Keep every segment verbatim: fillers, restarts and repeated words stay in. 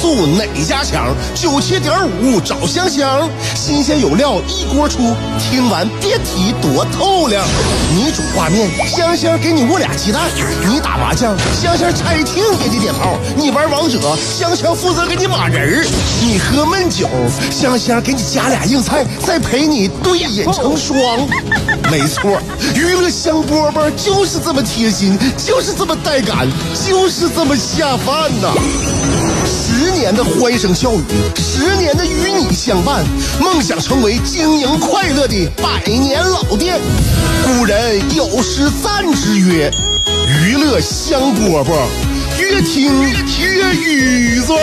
诉哪家强？九七点五找香香，新鲜有料一锅出，听完别提多透亮。你煮挂面，香香给你握俩鸡蛋；你打麻将，香香拆听给你点炮；你玩王者，香香负责给你码人儿；你喝闷酒，香香给你加俩硬菜，再陪你对饮成双。没错，娱乐香饽饽就是这么贴心，就是这么带感，就是这么下饭呐！十年的欢声笑语，十年的与你相伴，梦想成为经营快乐的百年老店。古人有诗赞之曰：娱乐香饽饽，越听越雨子。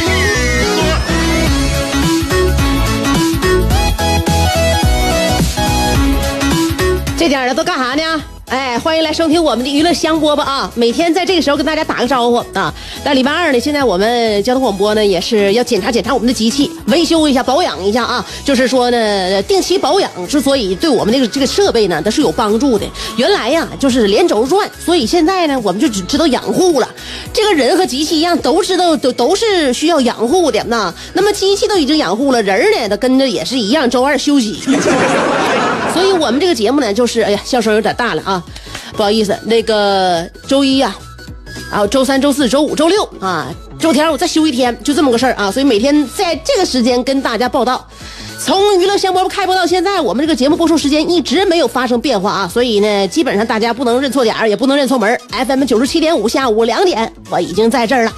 这点儿都干啥呢？哎，欢迎来收听我们的娱乐香饽饽啊！每天在这个时候跟大家打个招呼啊。但礼拜二呢，现在我们交通广播呢也是要检查检查我们的机器，维修一下，保养一下啊。就是说呢，定期保养之所以对我们这个这个设备呢，它是有帮助的。原来呀，就是连轴转，所以现在呢，我们就只知道养护了。这个人和机器一样，都知道都都是需要养护的那那么机器都已经养护了，人呢，它跟着也是一样，周二休息。所以我们这个节目呢，就是哎呀，笑声有点大了啊，不好意思。那个周一呀、啊，啊，周三、周四、周五、周六啊，周天我再休一天，就这么个事儿啊。所以每天在这个时间跟大家报道。从娱乐香饽饽开播到现在，我们这个节目播出时间一直没有发生变化啊，所以呢，基本上大家不能认错点儿，也不能认错门。F M 九十七点五，下午两点，我已经在这儿了。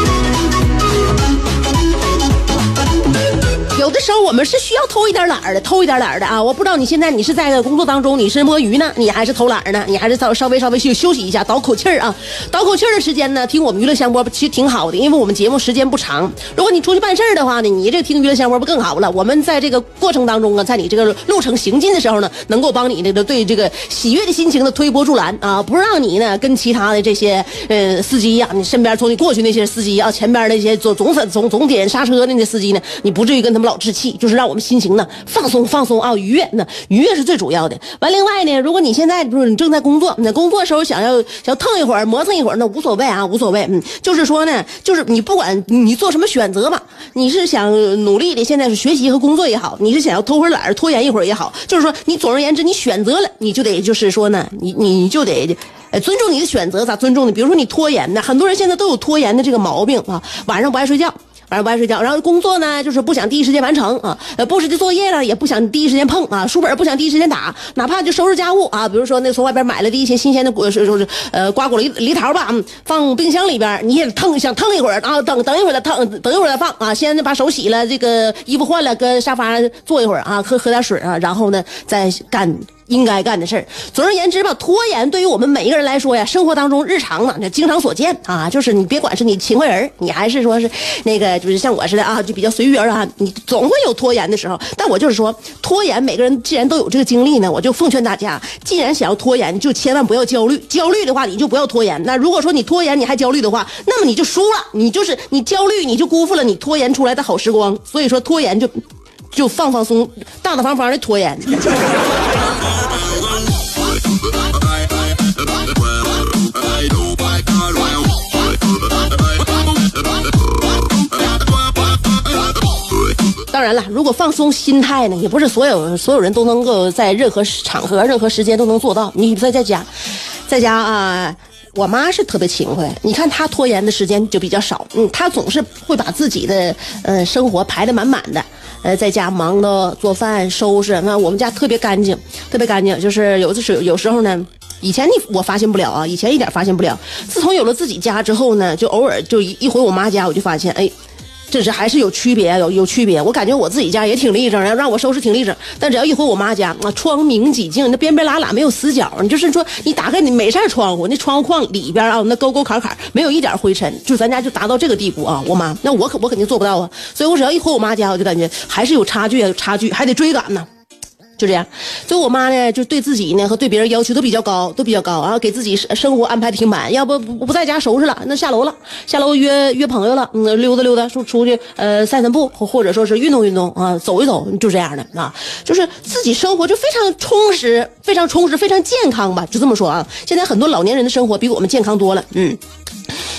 有的时候我们是需要偷一点懒的，偷一点懒的啊！我不知道你现在你是在工作当中，你是摸鱼呢，你还是偷懒呢？你还是稍稍微稍微休休息一下，倒口气儿啊！倒口气儿的时间呢，听我们娱乐香饽饽其实挺好的，因为我们节目时间不长。如果你出去办事儿的话呢，你这听娱乐香饽饽更好了。我们在这个过程当中啊，在你这个路程行进的时候呢，能够帮你这个对这个喜悦的心情的推波助澜啊，不让你呢跟其他的这些呃司机呀、啊，你身边从你过去那些司机啊，前边那些总总总总点刹车的那些司机呢，你不至于跟他们老置气，就是让我们心情呢放松放松啊，愉悦呢，愉悦是最主要的。完，另外呢，如果你现在就是你正在工作，那工作的时候想要想要腾一会儿磨蹭一会儿，那无所谓啊，无所谓。嗯，就是说呢，就是你不管你做什么选择吧，你是想努力的，现在是学习和工作也好，你是想要偷会儿懒拖延一会儿也好，就是说你总而言之，你选择了，你就得就是说呢，你你就得。呃，尊重你的选择，咋尊重呢？比如说你拖延的，很多人现在都有拖延的这个毛病啊，晚上不爱睡觉，晚上不爱睡觉，然后工作呢就是不想第一时间完成啊，呃，布置的作业呢也不想第一时间碰啊，书本不想第一时间打，哪怕就收拾家务啊，比如说那从外边买了的一些新鲜的果，就是呃瓜果梨梨桃吧，嗯，放冰箱里边，你也腾想腾一会儿啊，等等一会儿再腾，等一会儿再放啊，先把手洗了，这个衣服换了，搁沙发坐一会儿啊，喝喝点水啊，然后呢再干应该干的事儿。总而言之吧，拖延对于我们每一个人来说呀，生活当中日常嘛，经常所见啊。就是你别管是你勤快人，你还是说是那个，就是像我似的啊，就比较随遇而安，你总会有拖延的时候。但我就是说，拖延每个人既然都有这个经历呢，我就奉劝大家，既然想要拖延，就千万不要焦虑。焦虑的话，你就不要拖延。那如果说你拖延，你还焦虑的话，那么你就输了。你就是你焦虑，你就辜负了你拖延出来的好时光。所以说，拖延就就放放松，大大方方的拖延。当然了，如果放松心态呢，也不是所有所有人都能够在任何场合、任何时间都能做到。你在在家，在家啊。我妈是特别勤快，你看她拖延的时间就比较少，嗯，她总是会把自己的呃生活排得满满的，呃，在家忙的做饭、收拾，那我们家特别干净，特别干净，就是有的时候有时候呢。以前你我发现不了啊，以前一点发现不了。自从有了自己家之后呢，就偶尔就一回我妈家，我就发现，哎，这是还是有区别，有有区别。我感觉我自己家也挺立正，然后让我收拾挺立正，但只要一回我妈家，啊，窗明几净，那边边拉拉没有死角。你就是说，你打开你每扇窗户，那窗户框里边啊，那沟沟坎坎没有一点灰尘，就咱家就达到这个地步啊。我妈，那我可我肯定做不到啊。所以我只要一回我妈家，我就感觉还是有差距，有差距，还得追赶呢。就这样，所以我妈呢，就对自己呢和对别人要求都比较高，都比较高，然后给自己生活安排的挺满。要不不不在家收拾了，那下楼了，下楼约约朋友了，嗯，溜达溜达，出出去呃散散步，或者说是运动运动啊，走一走，就这样的啊，就是自己生活就非常充实，非常充实，非常健康吧，就这么说啊。现在很多老年人的生活比我们健康多了，嗯。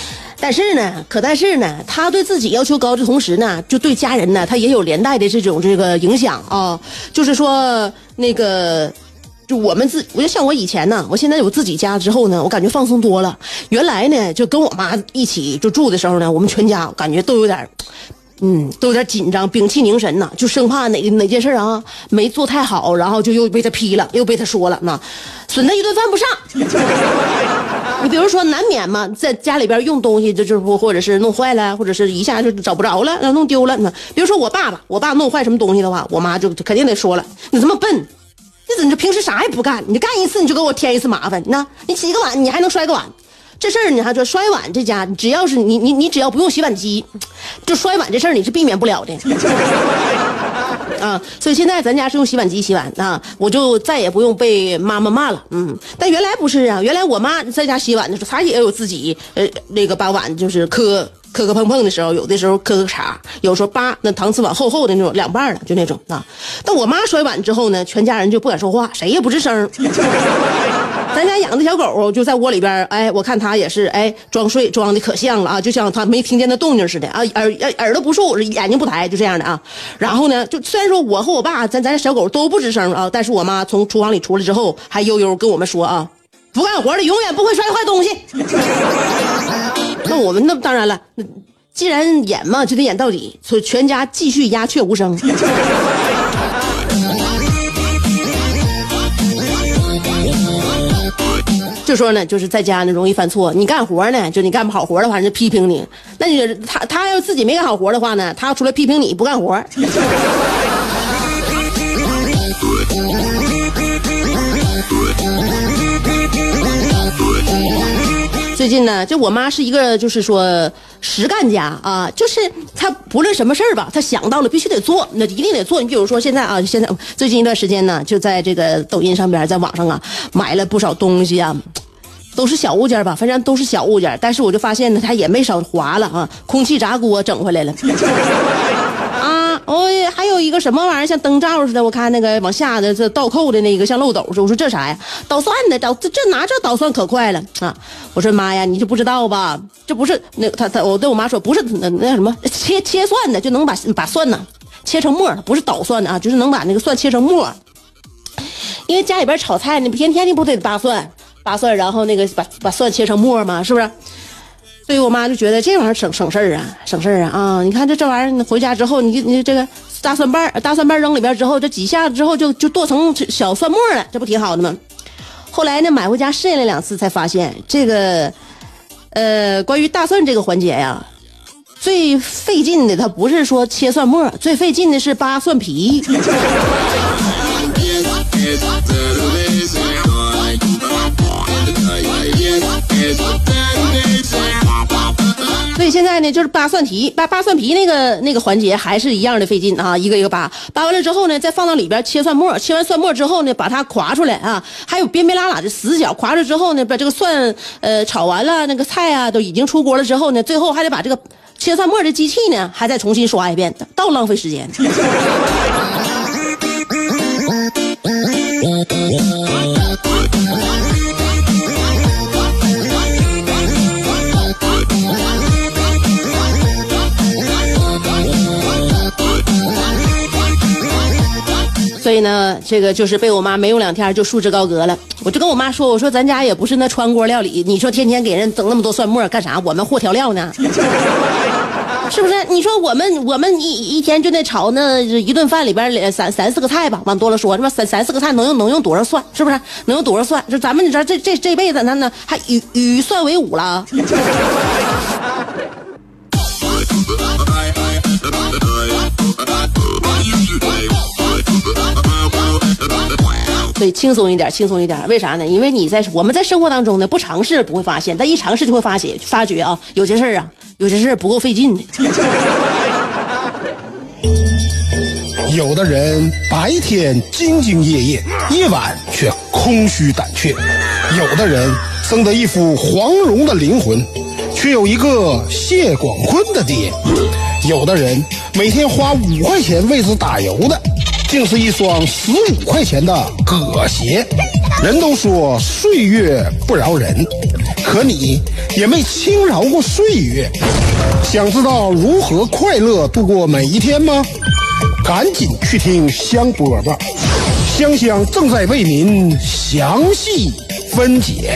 但是呢，可但是呢，他对自己要求高的同时呢，就对家人呢，他也有连带的这种这个影响啊。就是说，那个，就我们自，我就像我以前呢，我现在有自己家之后呢，我感觉放松多了。原来呢，就跟我妈一起就住的时候呢，我们全家感觉都有点。嗯，都有点紧张，屏气凝神呐，就生怕哪哪件事啊没做太好，然后就又被他批了，又被他说了，那损他一顿饭不上。你比如说难免嘛，在家里边用东西就就是或者是弄坏了，或者是一下就找不着了，弄丢了。那比如说我爸爸，我爸弄坏什么东西的话，我妈就肯定得说了，你这么笨，你怎么平时啥也不干，你干一次你就给我添一次麻烦，那你洗个碗你还能摔个碗。这事儿你还说摔碗这家，只要是你你你只要不用洗碗机，就摔碗这事儿你是避免不了的啊。所以现在咱家是用洗碗机洗碗啊，我就再也不用被妈妈骂了。嗯，但原来不是啊，原来我妈在家洗碗的时候，她也有自己呃那个把碗就是磕磕磕碰碰的时候，有的时候磕个茬，有时候扒那搪瓷碗厚厚的那种两半的，就那种啊。但我妈摔碗之后呢，全家人就不敢说话，谁也不吱声。咱家养的小狗就在窝里边，哎，我看它也是，哎，装睡装的可像了啊，就像它没听见的动静似的啊，耳耳耳朵不竖，眼睛不抬，就这样的啊。然后呢，就虽然说我和我爸，咱咱小狗都不吱声啊，但是我妈从厨房里出来之后，还悠悠跟我们说啊，不干活的永远不会摔坏东西。那我们那当然了，既然演嘛，就得演到底，所以全家继续鸦雀无声。就说呢，就是在家呢容易犯错，你干活呢，就你干不好活的话，人家批评你。那你他他要自己没干好活的话呢，他要出来批评你不干活。最近呢，就我妈是一个就是说实干家啊，就是她不论什么事儿吧，她想到了必须得做，那一定得做。你比如说现在啊，现在最近一段时间呢，就在这个抖音上边，在网上啊买了不少东西啊，都是小物件吧，反正都是小物件，但是我就发现呢，她也没少划了啊，空气炸锅整回来了。啊，哦，还有一个什么玩意儿，像灯罩似的，我看那个往下的这倒扣的那个像漏斗似的，我说这啥呀？捣蒜的，捣这这拿这捣蒜可快了啊！我说妈呀，你就不知道吧？这不是那他他我对我妈说，不是那那什么切切蒜的，就能把把蒜呢切成末，不是捣蒜的啊，就是能把那个蒜切成末。因为家里边炒菜呢，天天你不得扒蒜扒蒜，然后那个把把蒜切成末嘛，是不是？所以我妈就觉得这玩意儿省省事儿啊，省事儿啊啊！你看这这玩意儿，回家之后，你你这个大蒜瓣大蒜瓣扔里边之后，这几下之后就就剁成小蒜末了，这不挺好的吗？后来呢，买回家试验了两次，才发现这个，呃，关于大蒜这个环节呀，最费劲的它不是说切蒜末，最费劲的是扒蒜皮。所以现在呢，就是扒蒜皮，扒扒蒜皮那个那个环节还是一样的费劲啊，一个一个扒，扒完了之后呢，再放到里边切蒜末，切完蒜末之后呢，把它咵出来啊，还有边边拉拉的死角，咵出来之后呢，把这个蒜呃炒完了，那个菜啊都已经出锅了之后呢，最后还得把这个切蒜末的机器呢，还再重新刷一遍，倒浪费时间。所以呢，这个就是被我妈没用两天就束之高阁了。我就跟我妈说，我说咱家也不是那川锅料理，你说天天给人整那么多蒜末干啥？我们和调料呢，是不是？你说我们我们一一天就那炒那一顿饭里边三三四个菜吧，往多了说，这么三三四个菜能用能用多少蒜？是不是？能用多少蒜？就咱们你知道这这这辈子咱呢还与与蒜为伍了。所以轻松一点，轻松一点，为啥呢？因为你在我们在生活当中呢，不尝试不会发现，但一尝试就会发现发觉啊，有些事儿啊，有些事儿不够费劲的。 有的人白天兢兢业业，夜晚却空虚胆怯；有的人生得一副黄蓉的灵魂，却有一个谢广坤的爹；有的人每天花五块钱为之打油的，竟是一双十五块钱的葛鞋。人都说岁月不饶人， 可你也没轻饶过岁月。想知道如何快乐度过每一天吗？赶紧去听香饽吧，香香正在为您详细分解。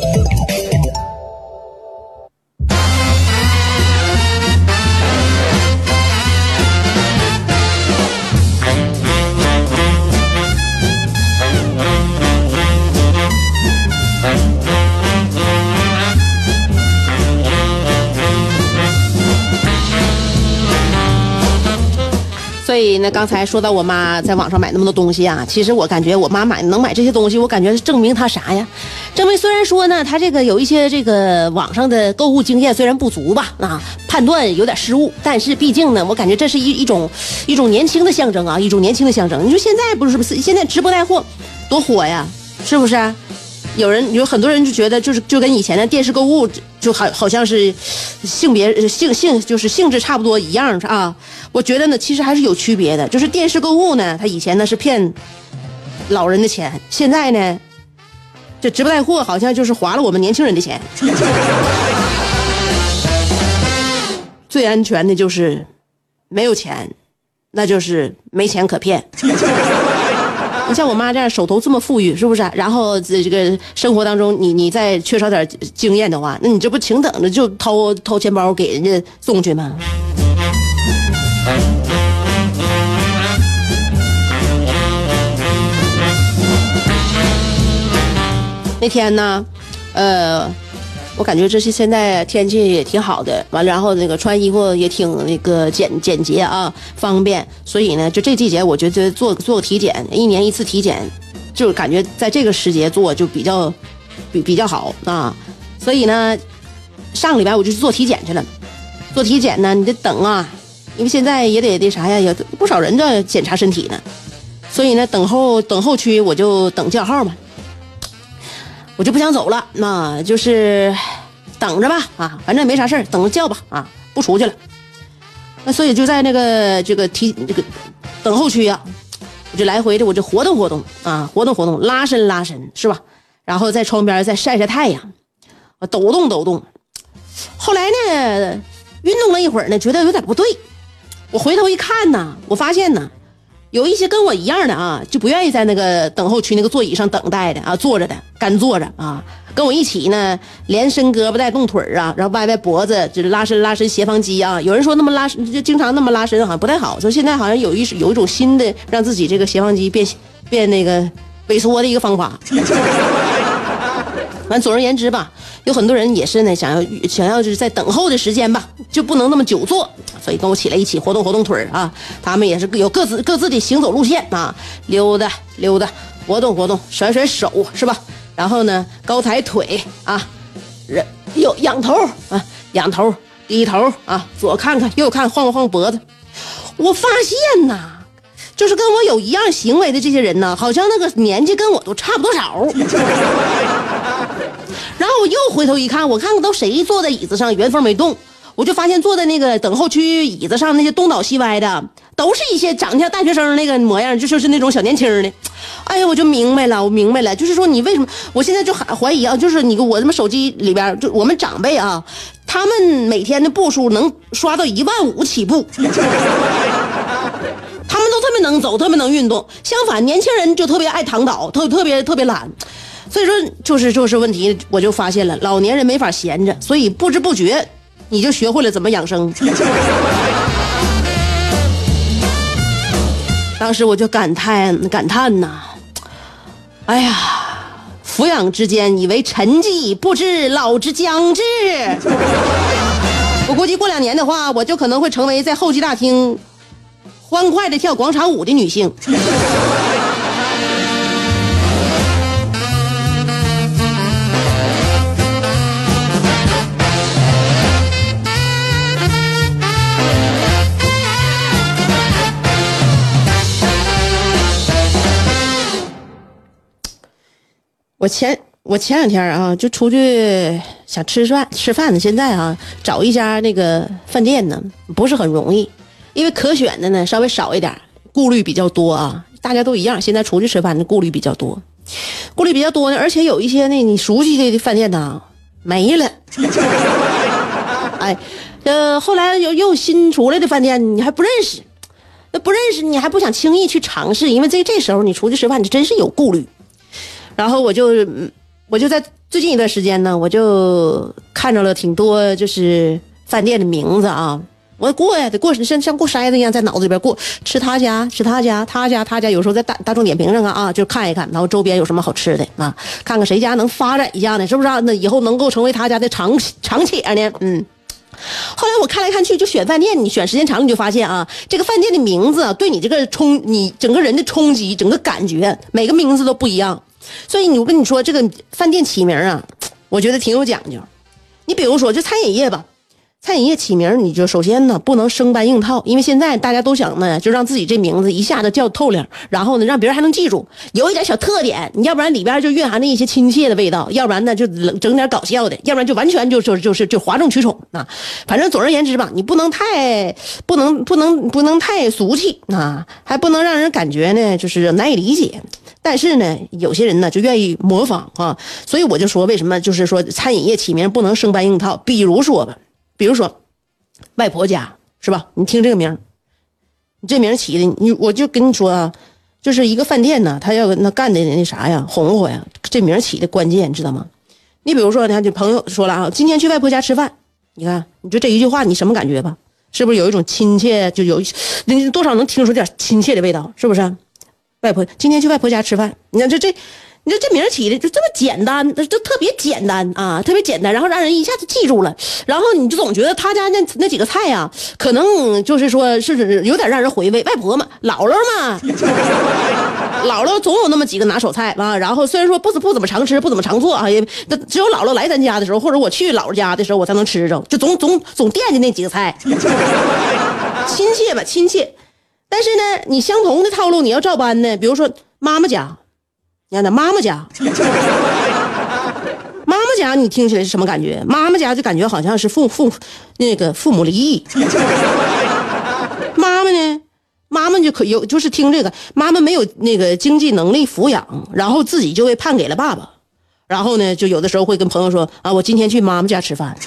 所以呢，刚才说到我妈在网上买那么多东西啊，其实我感觉我妈买能买这些东西，我感觉证明她啥呀？证明虽然说呢，她这个有一些这个网上的购物经验虽然不足吧，啊，判断有点失误，但是毕竟呢，我感觉这是一一种一种年轻的象征啊，一种年轻的象征。你说现在不是不是现在直播带货多火呀，是不是啊？有人有很多人就觉得就是就跟以前的电视购物就好好像是性别性性就是性质差不多一样啊。我觉得呢其实还是有区别的，就是电视购物呢它以前呢是骗老人的钱，现在呢这直播带货好像就是划了我们年轻人的钱。最安全的就是没有钱，那就是没钱可骗。你像我妈这样手头这么富裕，是不是？然后这个生活当中你你再缺少点经验的话，那你这不请等着就掏掏钱包给人家送去吗？那天呢呃我感觉这是现在天气也挺好的，完了然后那个穿衣服也挺那个简简洁啊，方便，所以呢就这季节我觉得做做个体检，一年一次体检，就感觉在这个时节做就比较比比较好啊。所以呢上个礼拜我就去做体检去了，做体检呢你得等啊，因为现在也得那啥呀，有不少人在检查身体呢，所以呢等候等候区我就等叫号嘛。我就不想走了，那就是等着吧啊，反正没啥事儿，等着叫吧啊，不出去了。那所以就在那个这个提这个等候区啊，我就来回的我就活动活动啊，活动活动，拉伸拉伸是吧？然后在窗边再晒晒太阳，抖动抖动。后来呢，运动了一会儿呢，觉得有点不对，我回头一看呢，我发现呢。有一些跟我一样的啊，就不愿意在那个等候区那个座椅上等待的啊，坐着的干坐着啊，跟我一起呢，连伸胳膊带动腿啊，然后歪歪脖子，就是拉伸拉伸斜方肌啊。有人说那么拉就经常那么拉伸好像不太好，说现在好像有一有一种新的让自己这个斜方肌变变那个萎缩的一个方法。完，总而言之吧，有很多人也是呢，想要想要就是在等候的时间吧，就不能那么久坐，所以跟我起来一起活动活动腿啊。他们也是有各自各自的行走路线啊，溜达溜达，活动活动，甩甩手是吧？然后呢，高抬腿啊，人有仰头啊，仰头低头啊，左看看右看，晃晃晃脖子。我发现呐，就是跟我有一样行为的这些人呢，好像那个年纪跟我都差不多少。然后我又回头一看，我看看都谁坐在椅子上原封没动，我就发现坐在那个等候区椅子上那些东倒西歪的，都是一些长得像大学生那个模样，就就是那种小年轻的。哎呀，我就明白了，我明白了，就是说你为什么，我现在就怀疑啊，就是你我他妈手机里边，就我们长辈啊，他们每天的步数能刷到一万五起步。他们都特别能走，特别能运动，相反年轻人就特别爱躺倒，特特别特别懒。所以说就是就是问题，我就发现了老年人没法闲着，所以不知不觉你就学会了怎么养生。当时我就感叹感叹呐，哎呀，抚养之间以为沉寂，不知老之将至。我估计过两年的话，我就可能会成为在候机大厅欢快的跳广场舞的女性。我前我前两天啊，就出去想吃饭吃饭呢，现在啊找一家那个饭店呢不是很容易，因为可选的呢稍微少一点，顾虑比较多啊。大家都一样，现在出去吃饭的顾虑比较多，顾虑比较多呢，而且有一些那你熟悉的饭店呢没了。哎，呃，后来又又新出来的饭店，你还不认识，那不认识你还不想轻易去尝试，因为这这时候你出去吃饭，你真是有顾虑。然后我就我就在最近一段时间呢，我就看着了挺多就是饭店的名字啊。我过呀，得过像像过筛子一样，在脑子里边过，吃他家，吃他家，他家，他家。有时候在大大众点评上啊啊，就看一看，然后周边有什么好吃的啊，看看谁家能发展一下呢，是不是啊？那以后能够成为他家的常常且呢？嗯。后来我看来看去，就选饭店，你选时间长，你就发现啊，这个饭店的名字对你这个冲，你整个人的冲击，整个感觉，每个名字都不一样。所以我跟你说，这个饭店起名啊，我觉得挺有讲究。你比如说，就餐饮业吧。餐饮业起名，你就首先呢不能生搬硬套，因为现在大家都想呢，就让自己这名字一下子叫透亮，然后呢让别人还能记住，有一点小特点，你要不然里边就蕴含着一些亲切的味道，要不然呢就整点搞笑的，要不然就完全就就就是就哗众取宠啊。反正总而言之吧，你不能太不能不能不能太俗气啊，还不能让人感觉呢就是难以理解。但是呢，有些人呢就愿意模仿啊，所以我就说为什么就是说餐饮业起名不能生搬硬套，比如说吧。比如说，外婆家是吧？你听这个名，你这名起的，你我就跟你说啊，就是一个饭店呢，他要那干的那啥呀，红火呀，这名起的关键，知道吗？你比如说，你看这朋友说了啊，今天去外婆家吃饭，你看，你就这一句话，你什么感觉吧？是不是有一种亲切，就有你多少能听出点亲切的味道，是不是？外婆今天去外婆家吃饭，你看这这。你这这名起的就这么简单，就特别简单啊，特别简单，然后让人一下子记住了，然后你就总觉得他家那那几个菜呀、啊，可能就是说是有点让人回味。外婆嘛，姥姥嘛，姥姥总有那么几个拿手菜啊。然后虽然说不不怎么常吃，不怎么常做啊，也只有姥姥来咱家的时候，或者我去姥姥家的时候，我才能吃着，就总总总惦记那几个菜，亲切吧，亲切。但是呢，你相同的套路你要照搬呢，比如说妈妈家。你看那妈妈家，妈妈家你听起来是什么感觉？妈妈家就感觉好像是父父那个父母离异。妈妈呢，妈妈就可有就是听这个，妈妈没有那个经济能力抚养，然后自己就被判给了爸爸，然后呢，就有的时候会跟朋友说啊，我今天去妈妈家吃饭。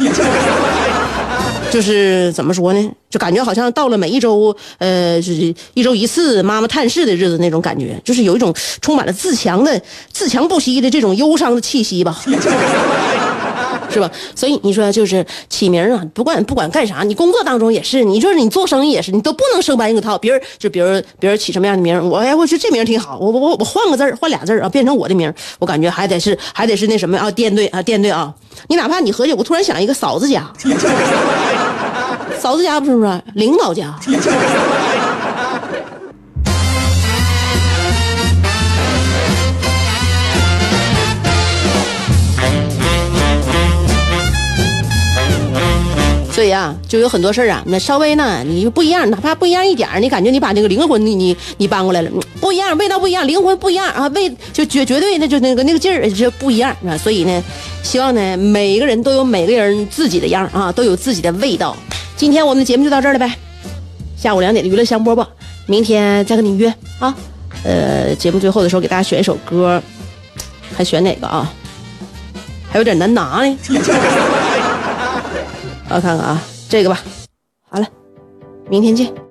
就是怎么说呢？就感觉好像到了每一周，呃，是一周一次妈妈探视的日子那种感觉，就是有一种充满了自强的、自强不息的这种忧伤的气息吧，是吧？所以你说就是起名啊，不管不管干啥，你工作当中也是，你就是你做生意也是，你都不能生搬硬套。别人就别人别人起什么样的名，我哎，我觉得这名挺好，我我我换个字儿，换俩字儿啊，变成我的名，我感觉还得是还得是那什么啊，店对啊，店对啊。你哪怕你合计，我突然想一个嫂子家。嫂子家不是不是领导家。所以啊，就有很多事儿啊，那稍微呢，你不一样，哪怕不一样一点，你感觉你把那个灵魂你你你搬过来了，不一样，味道不一样，灵魂不一样啊，味就绝绝对的就那个那个劲儿就不一样啊。所以呢，希望呢每个人都有每个人自己的样啊，都有自己的味道。今天我们的节目就到这儿了呗，下午两点的娱乐香饽饽，明天再跟你约啊。呃，节目最后的时候给大家选一首歌，还选哪个啊？还有点难拿呢。我看看啊，这个吧。好了，明天见。